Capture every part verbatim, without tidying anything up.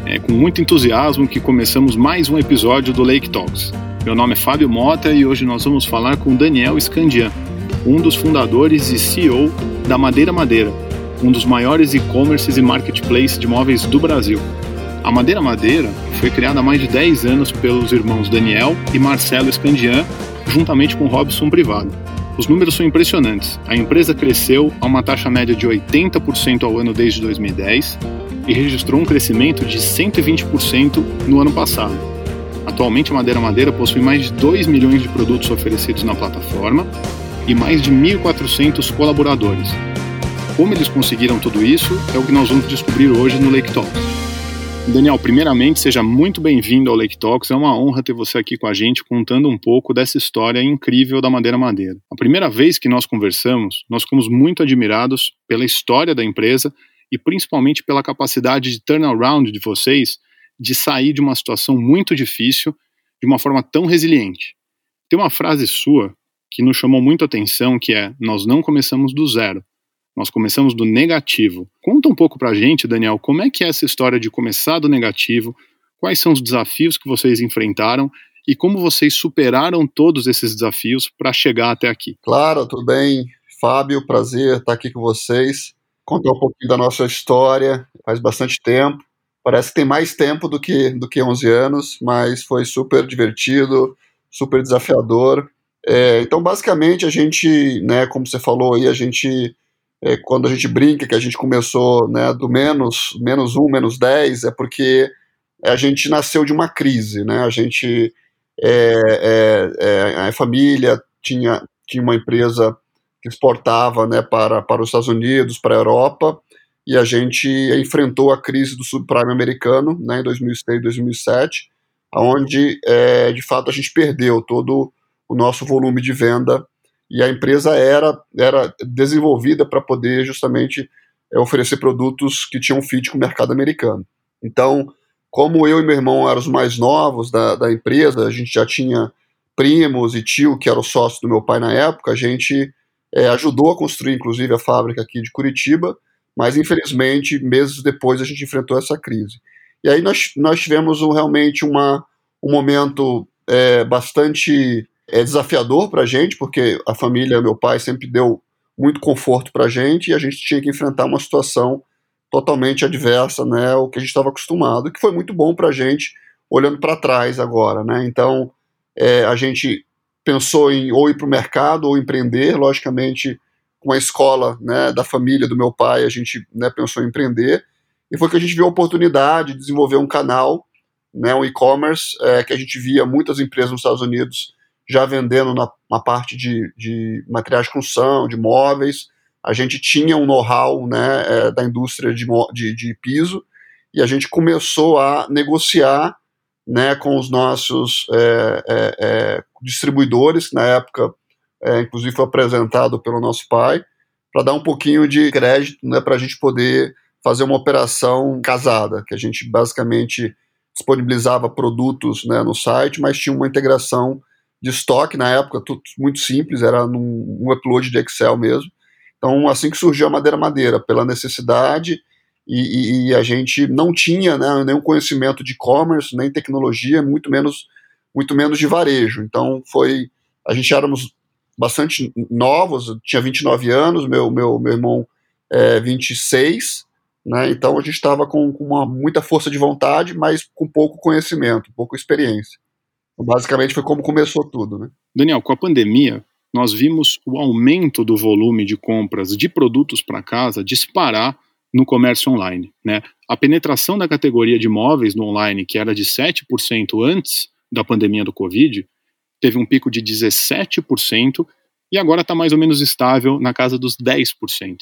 É com muito entusiasmo que começamos mais um episódio do Lake Talks. Meu nome é Fábio Mota e hoje nós vamos falar com Daniel Scandian, um dos fundadores e C E O da Madeira Madeira, um dos maiores e-commerces e marketplaces de móveis do Brasil. A Madeira Madeira foi criada há mais de dez anos pelos irmãos Daniel e Marcelo Scandian, juntamente com Robson Privado. Os números são impressionantes. A empresa cresceu a uma taxa média de oitenta por cento ao ano desde dois mil e dez e registrou um crescimento de cento e vinte por cento no ano passado. Atualmente, a Madeira Madeira possui mais de dois milhões de produtos oferecidos na plataforma e mais de mil e quatrocentos colaboradores. Como eles conseguiram tudo isso é o que nós vamos descobrir hoje no Lake Talks. Daniel, primeiramente, seja muito bem-vindo ao Lake Talks. É uma honra ter você aqui com a gente, contando um pouco dessa história incrível da Madeira Madeira. A primeira vez que nós conversamos, nós ficamos muito admirados pela história da empresa e principalmente pela capacidade de turnaround de vocês de sair de uma situação muito difícil de uma forma tão resiliente. Tem uma frase sua que nos chamou muito a atenção, que é: nós não começamos do zero, nós começamos do negativo. Conta um pouco pra gente, Daniel, como é que é essa história de começar do negativo, quais são os desafios que vocês enfrentaram e como vocês superaram todos esses desafios para chegar até aqui. Claro, tudo bem, Fábio, prazer estar aqui com vocês, contar um pouquinho da nossa história. Faz bastante tempo, parece que tem mais tempo do que, do que onze anos, mas foi super divertido, super desafiador. É, então, basicamente, a gente, né, como você falou aí, a gente... É, quando a gente brinca que a gente começou, né, do menos, menos um, menos dez, é porque a gente nasceu de uma crise, né? A gente, é, é, é, a família tinha, tinha uma empresa que exportava, né, para, para os Estados Unidos, para a Europa, e a gente enfrentou a crise do subprime americano, né, em dois mil e seis, dois mil e sete, onde, é, de fato, a gente perdeu todo o nosso volume de venda. E a empresa era, era desenvolvida para poder justamente é, oferecer produtos que tinham fit com o mercado americano. Então, como eu e meu irmão eram os mais novos da, da empresa, a gente já tinha primos e tio que eram sócios do meu pai na época, a gente é, ajudou a construir, inclusive, a fábrica aqui de Curitiba, mas, infelizmente, meses depois a gente enfrentou essa crise. E aí nós, nós tivemos um, realmente uma, um momento é, bastante... É desafiador para a gente, porque a família, meu pai, sempre deu muito conforto para a gente e a gente tinha que enfrentar uma situação totalmente adversa, né, o que a gente estava acostumado, que foi muito bom para a gente, olhando para trás agora, né? Então, é, a gente pensou em ou ir para o mercado ou empreender, logicamente, com a escola, né, da família do meu pai, a gente, né, pensou em empreender, e foi que a gente viu a oportunidade de desenvolver um canal, né, um e-commerce, é, que a gente via muitas empresas nos Estados Unidos já vendendo na, na parte de, de materiais de construção, de móveis. A gente tinha um know-how, né, é, da indústria de, de, de piso, e a gente começou a negociar, né, com os nossos é, é, é, distribuidores, que na época, é, inclusive, foi apresentado pelo nosso pai, para dar um pouquinho de crédito, né, para a gente poder fazer uma operação casada, que a gente basicamente disponibilizava produtos, né, no site, mas tinha uma integração de estoque, na época, tudo muito simples, era num, um upload de Excel mesmo. Então, assim que surgiu a Madeira Madeira, pela necessidade, e, e, e a gente não tinha, né, nenhum conhecimento de e-commerce, nem tecnologia, muito menos, muito menos de varejo. Então, foi, a gente éramos bastante novos, eu tinha vinte e nove anos, meu, meu, meu irmão é, vinte e seis, né, então a gente estava com, com uma, muita força de vontade, mas com pouco conhecimento, pouca experiência. Basicamente foi como começou tudo, né? Daniel, com a pandemia, nós vimos o aumento do volume de compras de produtos para casa disparar no comércio online, né? A penetração da categoria de móveis no online, que era de sete por cento antes da pandemia do Covid, teve um pico de dezessete por cento e agora está mais ou menos estável na casa dos dez por cento.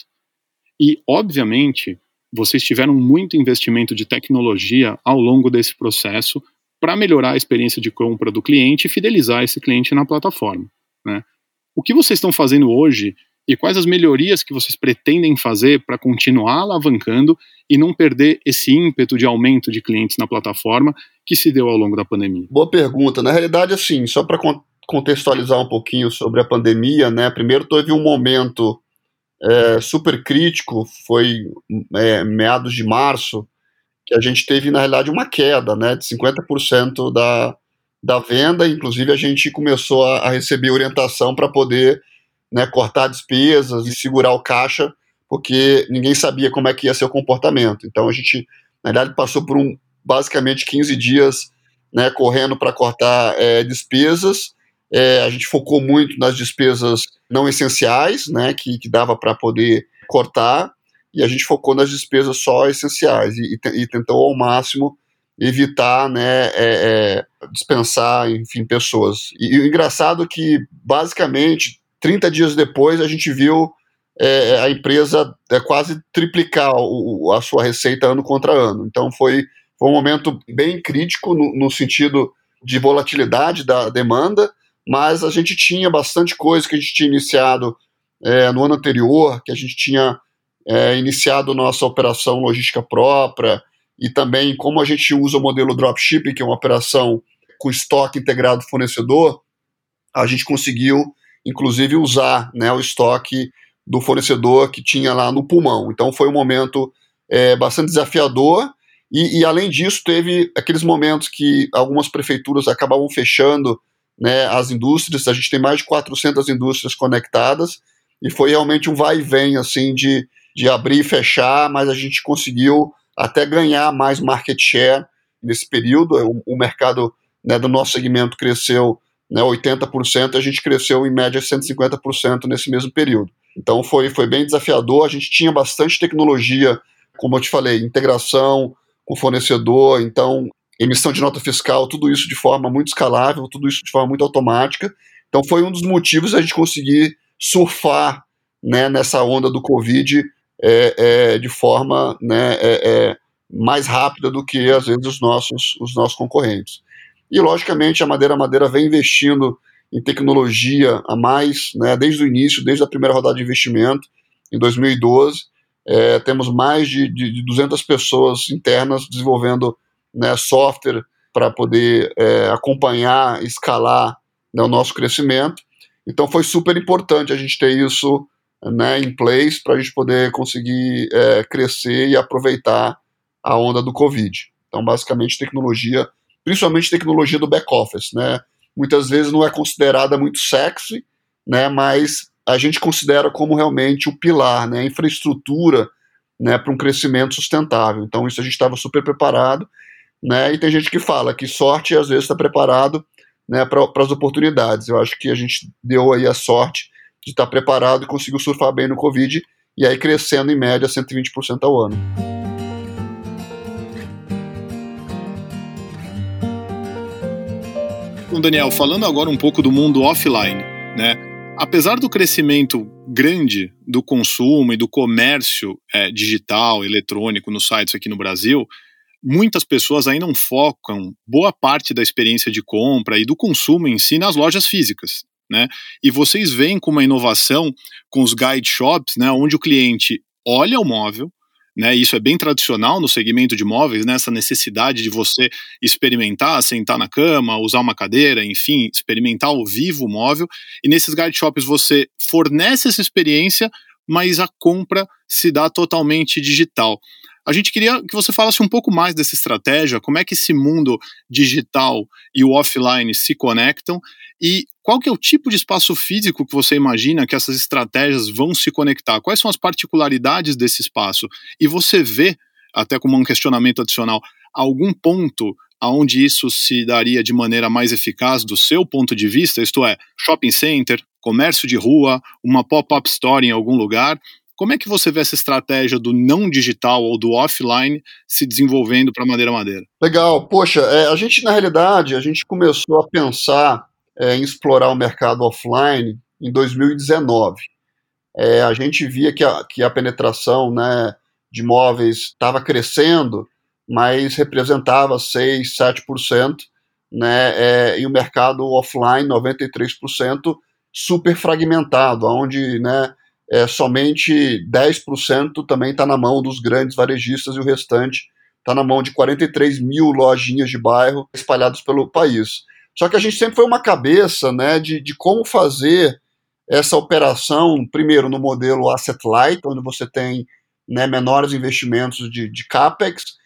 E, obviamente, vocês tiveram muito investimento de tecnologia ao longo desse processo para melhorar a experiência de compra do cliente e fidelizar esse cliente na plataforma, né? O que vocês estão fazendo hoje e quais as melhorias que vocês pretendem fazer para continuar alavancando e não perder esse ímpeto de aumento de clientes na plataforma que se deu ao longo da pandemia? Boa pergunta. Na realidade, assim, só para contextualizar um pouquinho sobre a pandemia, né? Primeiro teve um momento é, super crítico, foi é, meados de março, que a gente teve, na realidade, uma queda, né, de cinquenta por cento da, da venda, inclusive a gente começou a, a receber orientação para poder, né, cortar despesas e segurar o caixa, porque ninguém sabia como é que ia ser o comportamento. Então a gente, na realidade, passou por um, basicamente quinze dias, né, correndo para cortar é, despesas. É, a gente focou muito nas despesas não essenciais, né, que, que dava para poder cortar, e a gente focou nas despesas só essenciais e, e, e tentou ao máximo evitar, né, é, é, dispensar, enfim, pessoas. E, e o engraçado é que, basicamente, trinta dias depois, a gente viu é, a empresa é, quase triplicar o, a sua receita ano contra ano. Então foi, foi um momento bem crítico no, no sentido de volatilidade da demanda, mas a gente tinha bastante coisa que a gente tinha iniciado é, no ano anterior, que a gente tinha é, iniciado nossa operação logística própria, e também como a gente usa o modelo dropshipping, que é uma operação com estoque integrado fornecedor, a gente conseguiu, inclusive, usar, né, o estoque do fornecedor que tinha lá no pulmão. Então foi um momento é, bastante desafiador, e, e além disso teve aqueles momentos que algumas prefeituras acabavam fechando, né, as indústrias. A gente tem mais de quatrocentas indústrias conectadas, e foi realmente um vai e vem assim, de, de abrir e fechar, mas a gente conseguiu até ganhar mais market share nesse período. O, o mercado, né, do nosso segmento cresceu, né, oitenta por cento, a gente cresceu em média cento e cinquenta por cento nesse mesmo período. Então foi, foi bem desafiador. A gente tinha bastante tecnologia, como eu te falei, integração com fornecedor, então emissão de nota fiscal, tudo isso de forma muito escalável, tudo isso de forma muito automática. Então foi um dos motivos a gente conseguir surfar, né, nessa onda do Covid é, é, de forma, né, é, é, mais rápida do que, às vezes, os nossos, os nossos concorrentes. E, logicamente, a Madeira Madeira vem investindo em tecnologia a mais, né, desde o início, desde a primeira rodada de investimento, em dois mil e doze. É, temos mais de, de, de duzentas pessoas internas desenvolvendo, né, software para poder é, acompanhar, escalar, né, o nosso crescimento. Então foi super importante a gente ter isso, né, em place para a gente poder conseguir é, crescer e aproveitar a onda do Covid. Então, basicamente, tecnologia, principalmente tecnologia do back-office, né? Muitas vezes não é considerada muito sexy, né, mas a gente considera como realmente o pilar, né, a infraestrutura, né, para um crescimento sustentável. Então, isso a gente estava super preparado, né, e tem gente que fala que sorte às vezes está preparado, né, para as oportunidades. Eu acho que a gente deu aí a sorte de estar preparado e conseguiu surfar bem no Covid, e aí crescendo em média cento e vinte por cento ao ano. Bom, Daniel, falando agora um pouco do mundo offline, né? Apesar do crescimento grande do consumo e do comércio é, digital, eletrônico nos sites aqui no Brasil, muitas pessoas ainda não focam boa parte da experiência de compra e do consumo em si nas lojas físicas, né? E vocês vêm com uma inovação com os guide shops, né, onde o cliente olha o móvel, né, isso é bem tradicional no segmento de móveis, né, essa necessidade de você experimentar, sentar na cama, usar uma cadeira, enfim, experimentar ao vivo o móvel, e nesses guide shops você fornece essa experiência, mas a compra se dá totalmente digital. A gente queria que você falasse um pouco mais dessa estratégia, como é que esse mundo digital e o offline se conectam, e qual que é o tipo de espaço físico que você imagina que essas estratégias vão se conectar? Quais são as particularidades desse espaço? E você vê, até como um questionamento adicional, algum ponto onde isso se daria de maneira mais eficaz do seu ponto de vista, isto é, shopping center, comércio de rua, uma pop-up store em algum lugar? Como é que você vê essa estratégia do não digital ou do offline se desenvolvendo para Madeira Madeira? Legal. Poxa, é, a gente, na realidade, a gente começou a pensar é, em explorar o mercado offline em dois mil e dezenove. É, a gente via que a, que a penetração, né, de imóveis estava crescendo, mas representava seis, sete por cento, né, é, e o mercado offline, noventa e três por cento, super fragmentado, onde, né, é, somente dez por cento também está na mão dos grandes varejistas e o restante está na mão de quarenta e três mil lojinhas de bairro espalhadas pelo país. Só que a gente sempre foi uma cabeça, né, de, de como fazer essa operação, primeiro no modelo asset light, onde você tem, né, menores investimentos de, de capex,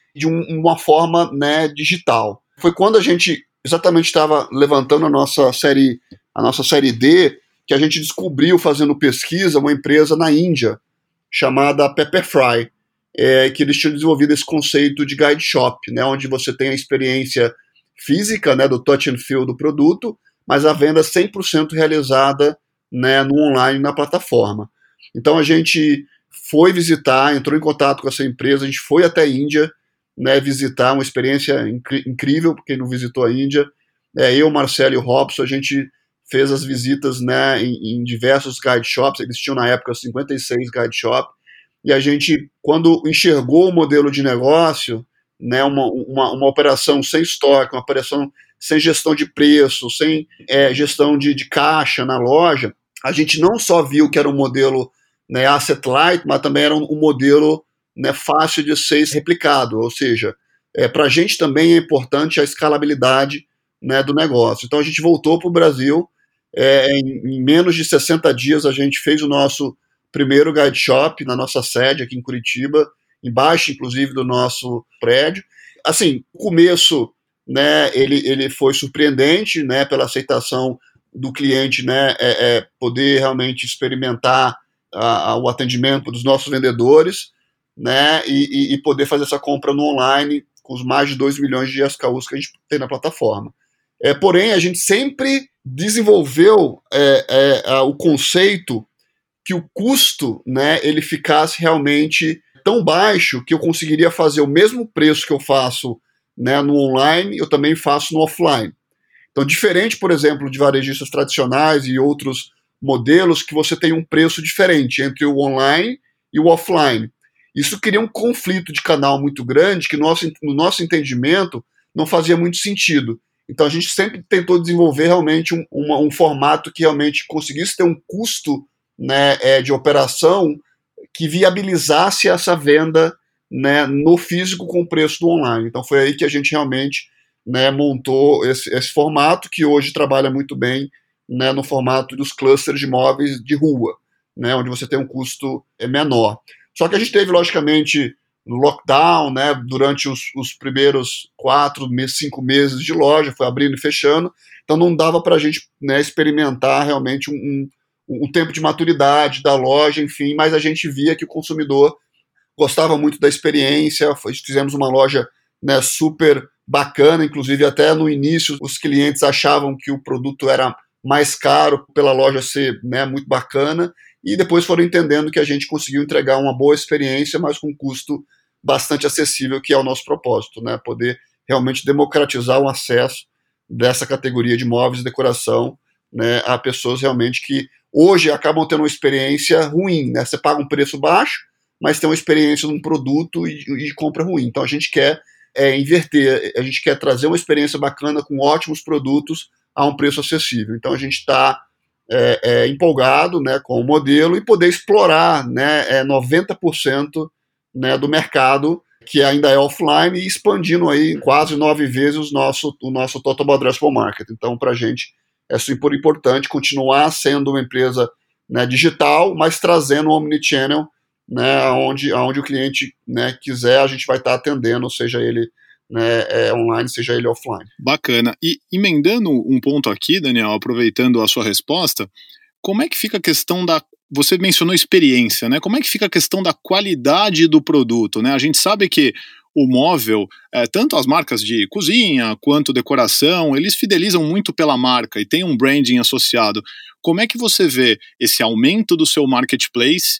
de um, uma forma, né, digital. Foi quando a gente exatamente estava levantando a nossa série, a nossa série D, que a gente descobriu, fazendo pesquisa, uma empresa na Índia, chamada Pepperfry, é, que eles tinham desenvolvido esse conceito de guide shop, né, onde você tem a experiência física, né, do touch and feel do produto, mas a venda cem por cento realizada, né, no online, na plataforma. Então a gente foi visitar, entrou em contato com essa empresa, a gente foi até a Índia, né, visitar, uma experiência inc- incrível, porque quem não visitou a Índia, é, eu, Marcelo e o Robson, a gente fez as visitas, né, em, em diversos guide shops, eles tinham na época cinquenta e seis guide shops, e a gente, quando enxergou o modelo de negócio, né, uma, uma, uma operação sem estoque, uma operação sem gestão de preço, sem é, gestão de, de caixa na loja, a gente não só viu que era um modelo, né, asset light, mas também era um, um modelo, né, fácil de ser replicado, ou seja, é, para a gente também é importante a escalabilidade, né, do negócio. Então a gente voltou para o Brasil, é, em, em menos de sessenta dias a gente fez o nosso primeiro guide shop na nossa sede aqui em Curitiba, embaixo inclusive do nosso prédio. Assim, o começo, né, ele, ele foi surpreendente, né, pela aceitação do cliente, né, é, é poder realmente experimentar a, a, o atendimento dos nossos vendedores, né, e, e poder fazer essa compra no online com os mais de dois milhões de S K Us que a gente tem na plataforma. É, porém, a gente sempre desenvolveu é, é, a, o conceito que o custo, né, ele ficasse realmente tão baixo que eu conseguiria fazer o mesmo preço que eu faço, né, no online, eu também faço no offline. Então, diferente, por exemplo, de varejistas tradicionais e outros modelos que você tem um preço diferente entre o online e o offline. Isso cria um conflito de canal muito grande que, nosso, no nosso entendimento, não fazia muito sentido. Então, a gente sempre tentou desenvolver realmente um, uma, um formato que realmente conseguisse ter um custo, né, é, de operação que viabilizasse essa venda, né, no físico com o preço do online. Então, foi aí que a gente realmente, né, montou esse, esse formato que hoje trabalha muito bem, né, no formato dos clusters de imóveis de rua, né, onde você tem um custo menor. Só que a gente teve, logicamente, no lockdown, né, durante os, os primeiros quatro, cinco meses de loja, foi abrindo e fechando, então não dava para a gente, né, experimentar realmente um, um, um tempo de maturidade da loja, enfim, mas a gente via que o consumidor gostava muito da experiência, fizemos uma loja, né, super bacana, inclusive até no início os clientes achavam que o produto era mais caro pela loja ser, né, muito bacana, e depois foram entendendo que a gente conseguiu entregar uma boa experiência, mas com um custo bastante acessível, que é o nosso propósito, né, poder realmente democratizar o acesso dessa categoria de móveis e decoração, né, a pessoas realmente que hoje acabam tendo uma experiência ruim, né, você paga um preço baixo, mas tem uma experiência num produto e, e de compra ruim. Então a gente quer é, inverter, a gente quer trazer uma experiência bacana com ótimos produtos a um preço acessível. Então a gente está é, é, empolgado, né, com o modelo e poder explorar, né, é, noventa por cento, né, do mercado que ainda é offline e expandindo aí quase nove vezes o nosso, o nosso total addressable market. Então para a gente é super importante continuar sendo uma empresa, né, digital, mas trazendo um omnichannel, né, onde, onde o cliente, né, quiser, a gente vai estar atendendo, seja ele, né, é, online, seja ele offline. Bacana. E emendando um ponto aqui, Daniel, aproveitando a sua resposta, como é que fica a questão da... Você mencionou experiência, né? Como é que fica a questão da qualidade do produto, né? A gente sabe que o móvel, é, tanto as marcas de cozinha quanto decoração, eles fidelizam muito pela marca e tem um branding associado. Como é que você vê esse aumento do seu marketplace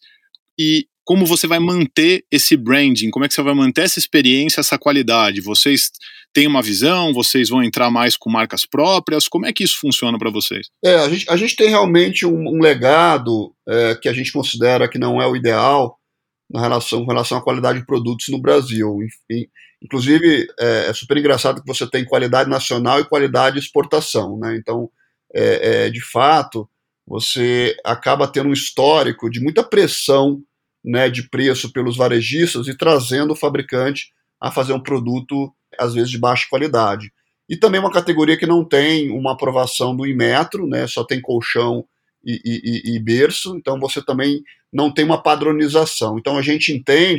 e como você vai manter esse branding? Como é que você vai manter essa experiência, essa qualidade? Vocês têm uma visão? Vocês vão entrar mais com marcas próprias? Como é que isso funciona para vocês? É, a gente, a gente tem realmente um, um legado é, que a gente considera que não é o ideal na relação, com relação à qualidade de produtos no Brasil. Enfim, inclusive, é, é super engraçado que você tem qualidade nacional e qualidade de exportação, né? Então, é, é, de fato, você acaba tendo um histórico de muita pressão, né, de preço pelos varejistas e trazendo o fabricante a fazer um produto, às vezes, de baixa qualidade. E também uma categoria que não tem uma aprovação do Inmetro, né, só tem colchão e, e, e berço, então você também não tem uma padronização. Então a gente entende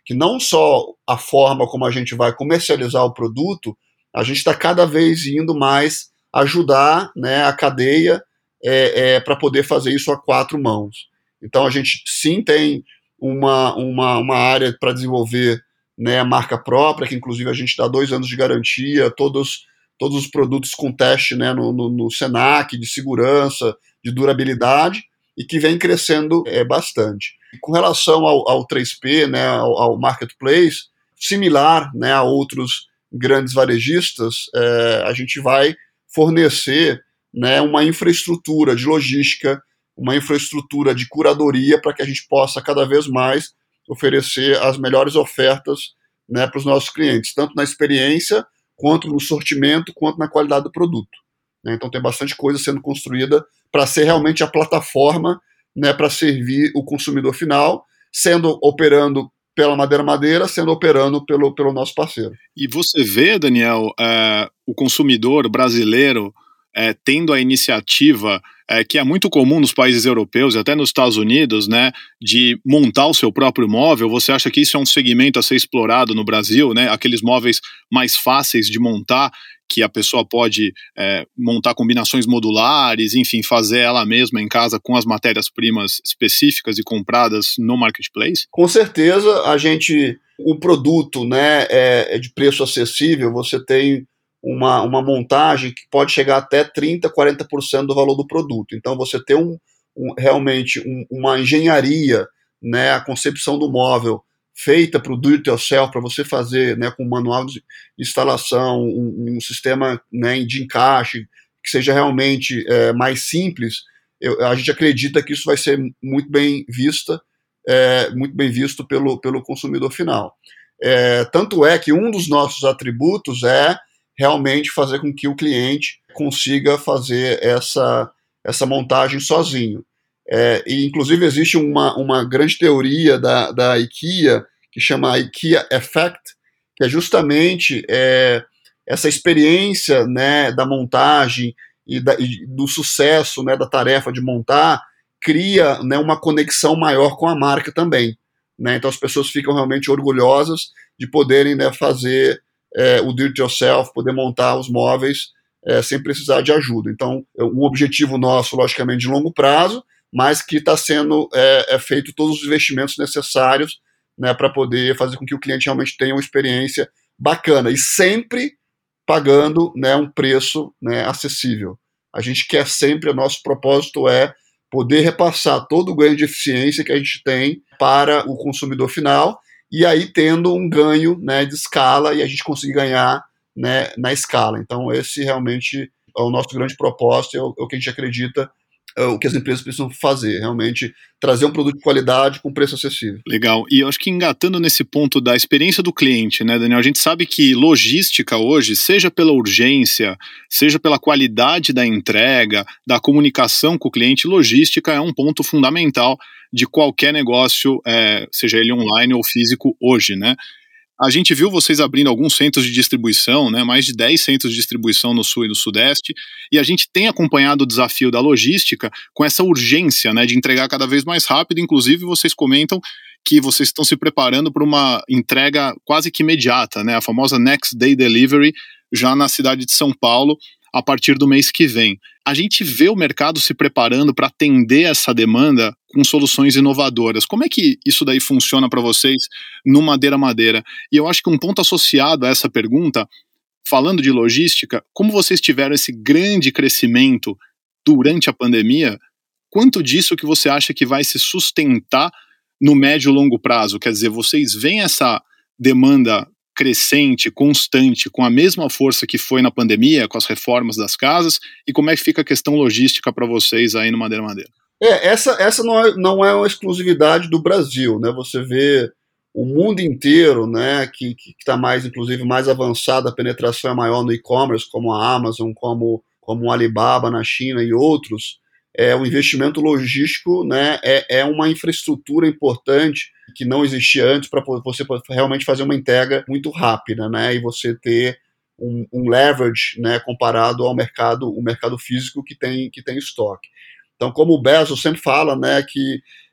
que não só a forma como a gente vai comercializar o produto, a gente está cada vez indo mais ajudar, né, a cadeia é, é, para poder fazer isso a quatro mãos. Então a gente sim tem uma, uma, uma área para desenvolver, né, a marca própria, que inclusive a gente dá dois anos de garantia, todos, todos os produtos com teste, né, no, no, no Senac, de segurança, de durabilidade, e que vem crescendo é, bastante. E com relação ao, ao três P, né, ao, ao marketplace, similar, né, a outros grandes varejistas, é, a gente vai fornecer, né, uma infraestrutura de logística, uma infraestrutura de curadoria para que a gente possa cada vez mais oferecer as melhores ofertas, né, para os nossos clientes, tanto na experiência, quanto no sortimento, quanto na qualidade do produto. Né? Então tem bastante coisa sendo construída para ser realmente a plataforma, né, para servir o consumidor final, sendo operando pela Madeira Madeira, sendo operando pelo, pelo nosso parceiro. E você vê, Daniel, é, o consumidor brasileiro é, tendo a iniciativa é, que é muito comum nos países europeus e até nos Estados Unidos, né, de montar o seu próprio móvel. Você acha que isso é um segmento a ser explorado no Brasil, né, aqueles móveis mais fáceis de montar, que a pessoa pode é, montar combinações modulares, enfim, fazer ela mesma em casa com as matérias-primas específicas e compradas no marketplace? Com certeza, a gente, o produto, né, é, é de preço acessível, você tem uma, uma montagem que pode chegar até trinta por cento, quarenta por cento do valor do produto. Então você tem um, um, realmente um, uma engenharia, né, a concepção do móvel feita para o do-it-yourself, para você fazer, né, com manual de instalação, um, um sistema, né, de encaixe, que seja realmente é, mais simples, eu, a gente acredita que isso vai ser muito bem vista, é, muito bem visto pelo, pelo consumidor final. É, tanto é que um dos nossos atributos é realmente fazer com que o cliente consiga fazer essa, essa montagem sozinho. É, e inclusive existe uma, uma grande teoria da, da IKEA, que chama IKEA Effect, que é justamente é, essa experiência, né, da montagem e, da, e do sucesso, né, da tarefa de montar, cria, né, uma conexão maior com a marca também. Né? Então as pessoas ficam realmente orgulhosas de poderem, né, fazer é, o do-it-yourself, poder montar os móveis é, sem precisar de ajuda. Então um objetivo nosso, logicamente, de longo prazo, mas que está sendo é, é feito todos os investimentos necessários, né, para poder fazer com que o cliente realmente tenha uma experiência bacana e sempre pagando, né, um preço, né, acessível. A gente quer sempre, o nosso propósito é poder repassar todo o ganho de eficiência que a gente tem para o consumidor final e aí tendo um ganho, né, de escala e a gente conseguir ganhar, né, na escala. Então esse realmente é o nosso grande propósito, é o, é o que a gente acredita, o que as empresas precisam fazer, realmente trazer um produto de qualidade com preço acessível. Legal, e eu acho que engatando nesse ponto da experiência do cliente, né, Daniel, a gente sabe que logística hoje, seja pela urgência, seja pela qualidade da entrega, da comunicação com o cliente, logística é um ponto fundamental de qualquer negócio, é, seja ele online ou físico hoje, né? A gente viu vocês abrindo alguns centros de distribuição, né, mais de dez centros de distribuição no Sul e no Sudeste, e a gente tem acompanhado o desafio da logística com essa urgência, né, de entregar cada vez mais rápido. Inclusive vocês comentam que vocês estão se preparando para uma entrega quase que imediata, né, a famosa Next Day Delivery, já na cidade de São Paulo, a partir do mês que vem. A gente vê o mercado se preparando para atender essa demanda com soluções inovadoras. Como é que isso daí funciona para vocês no Madeira Madeira? E eu acho que um ponto associado a essa pergunta, falando de logística, como vocês tiveram esse grande crescimento durante a pandemia, quanto disso que você acha que vai se sustentar no médio e longo prazo? Quer dizer, vocês veem essa demanda crescente, constante, com a mesma força que foi na pandemia, com as reformas das casas, e como é que fica a questão logística para vocês aí no Madeira Madeira? É, essa, essa não, é, não é uma exclusividade do Brasil, né? Você vê o mundo inteiro, né, que está mais, inclusive, mais avançada, a penetração é maior no e-commerce, como a Amazon, como, como o Alibaba na China e outros. É, o investimento logístico, né, é, é uma infraestrutura importante que não existia antes para você realmente fazer uma entrega muito rápida, né, e você ter um, um leverage, né, comparado ao mercado, o mercado físico que tem, que tem estoque. Então, como o Bezos sempre fala, né, que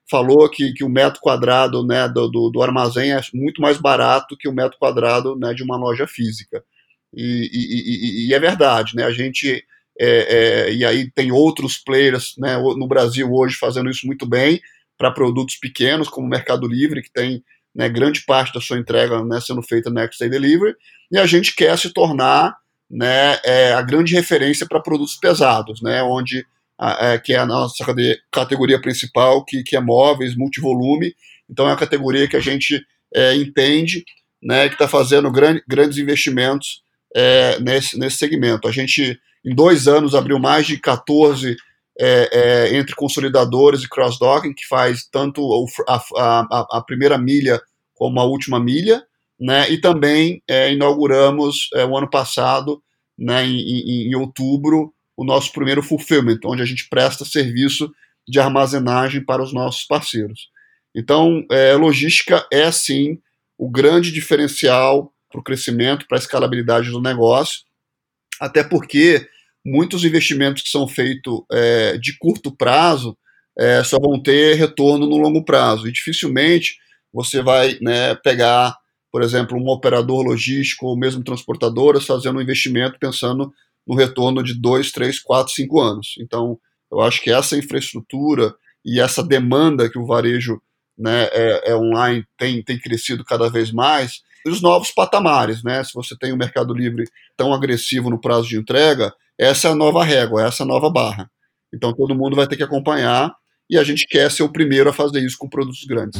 falou que, que o metro quadrado, né, do, do, do armazém é muito mais barato que o metro quadrado, né, de uma loja física. E, e, e, e é verdade, né? A gente é, é, e aí tem outros players, né, no Brasil hoje fazendo isso muito bem para produtos pequenos, como o Mercado Livre, que tem, né, grande parte da sua entrega, né, sendo feita na Next Day Delivery, e a gente quer se tornar, né, é, a grande referência para produtos pesados, né, onde a, é, que é a nossa categoria principal, que, que é móveis, multivolume. Então é a categoria que a gente é, entende, né, que está fazendo grande, grandes investimentos é, nesse, nesse segmento. A gente, em dois anos, abriu mais de quatorze é, é, entre consolidadores e cross-docking, que faz tanto a, a, a primeira milha como a última milha, né, e também é, inauguramos é, o ano passado, né, em, em, em outubro, o nosso primeiro fulfillment, onde a gente presta serviço de armazenagem para os nossos parceiros. Então, é, logística é, sim, o grande diferencial para o crescimento, para a escalabilidade do negócio, até porque muitos investimentos que são feitos é, de curto prazo é, só vão ter retorno no longo prazo, e dificilmente você vai, né, pegar, por exemplo, um operador logístico ou mesmo transportadoras fazendo um investimento pensando no retorno de dois, três, quatro, cinco anos. Então, eu acho que essa infraestrutura e essa demanda que o varejo, né, é, é online tem, tem crescido cada vez mais, e os novos patamares, né? Se você tem um Mercado Livre tão agressivo no prazo de entrega, essa é a nova régua, essa é a nova barra. Então todo mundo vai ter que acompanhar e a gente quer ser o primeiro a fazer isso com produtos grandes.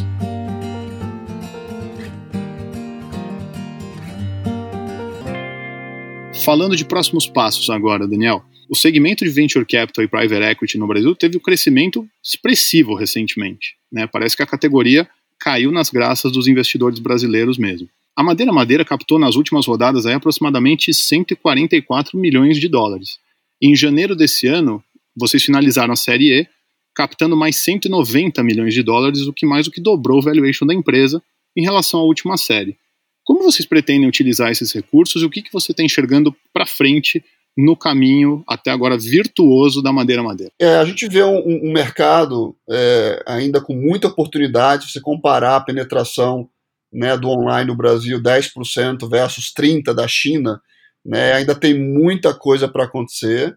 Falando de próximos passos agora, Daniel, o segmento de Venture Capital e Private Equity no Brasil teve um crescimento expressivo recentemente, né? Parece que a categoria caiu nas graças dos investidores brasileiros mesmo. A Madeira Madeira captou nas últimas rodadas aí aproximadamente cento e quarenta e quatro milhões de dólares. Em janeiro desse ano, vocês finalizaram a Série E, captando mais cento e noventa milhões de dólares, o que mais do que dobrou o valuation da empresa em relação à última série. Como vocês pretendem utilizar esses recursos e o que, que você está enxergando para frente no caminho até agora virtuoso da Madeira Madeira? É, a gente vê um, um mercado é, ainda com muita oportunidade. Se você comparar a penetração, né, do online no Brasil, dez por cento versus trinta por cento da China, né, ainda tem muita coisa para acontecer.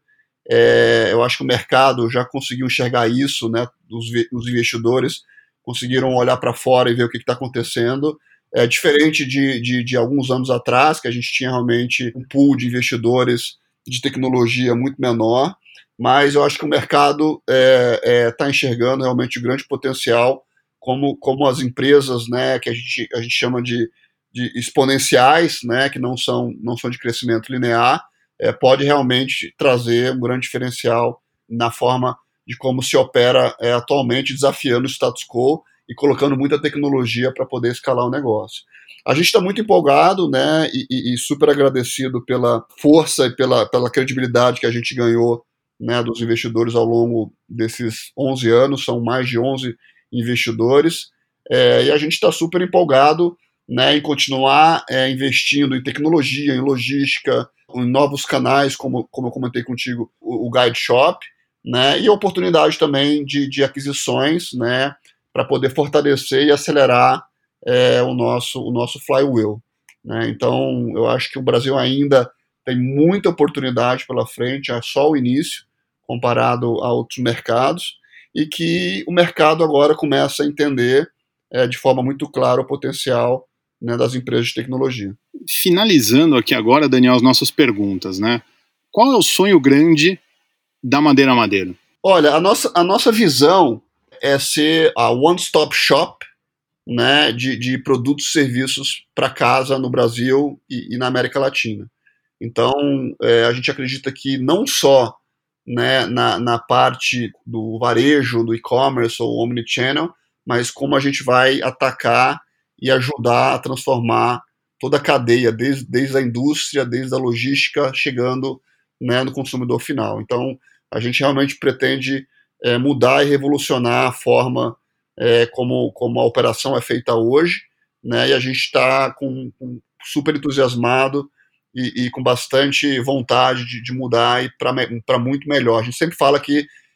É, eu acho que o mercado já conseguiu enxergar isso, né, os, os investidores conseguiram olhar para fora e ver o que está acontecendo. É diferente de, de, de alguns anos atrás, que a gente tinha realmente um pool de investidores de tecnologia muito menor, mas eu acho que o mercado está é, é, tá enxergando realmente o grande potencial, como, como as empresas, né, que a gente, a gente chama de, de exponenciais, né, que não são, não são de crescimento linear, é, pode realmente trazer um grande diferencial na forma de como se opera é, atualmente, desafiando o status quo e colocando muita tecnologia para poder escalar o negócio. A gente está muito empolgado, né, e, e super agradecido pela força e pela, pela credibilidade que a gente ganhou, né, dos investidores ao longo desses onze anos, são mais de onze investidores, é, e a gente está super empolgado, né, em continuar é, investindo em tecnologia, em logística, em novos canais, como, como eu comentei contigo, o, o Guide Shop, né, e a oportunidade também de, de aquisições, né, para poder fortalecer e acelerar é, o, nosso, o nosso flywheel, né? Então, eu acho que o Brasil ainda tem muita oportunidade pela frente, é só o início, comparado a outros mercados, e que o mercado agora começa a entender é, de forma muito clara o potencial, né, das empresas de tecnologia. Finalizando aqui agora, Daniel, as nossas perguntas, né? Qual é o sonho grande da Madeira Madeira? Olha, a nossa, a nossa visão é ser a one-stop shop, né, de, de produtos e serviços para casa no Brasil e, e na América Latina. Então, é, a gente acredita que não só, né, na, na parte do varejo, do e-commerce ou omnichannel, mas como a gente vai atacar e ajudar a transformar toda a cadeia, desde, desde a indústria, desde a logística, chegando, né, no consumidor final. Então, a gente realmente pretende é, mudar e revolucionar a forma é, como, como a operação é feita hoje, né, e a gente está com, com super entusiasmado e, e com bastante vontade de, de mudar e para muito melhor. A gente sempre fala que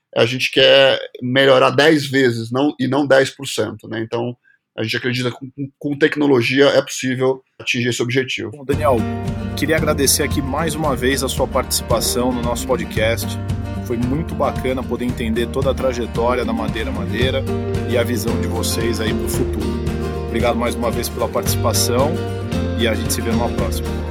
a gente quer melhorar dez vezes não, e não dez por cento, né? Então, a gente acredita que com, com tecnologia é possível atingir esse objetivo. Bom, Daniel, queria agradecer aqui mais uma vez a sua participação no nosso podcast. Foi muito bacana poder entender toda a trajetória da Madeira Madeira e a visão de vocês aí para o futuro. Obrigado mais uma vez pela participação e a gente se vê numa próxima.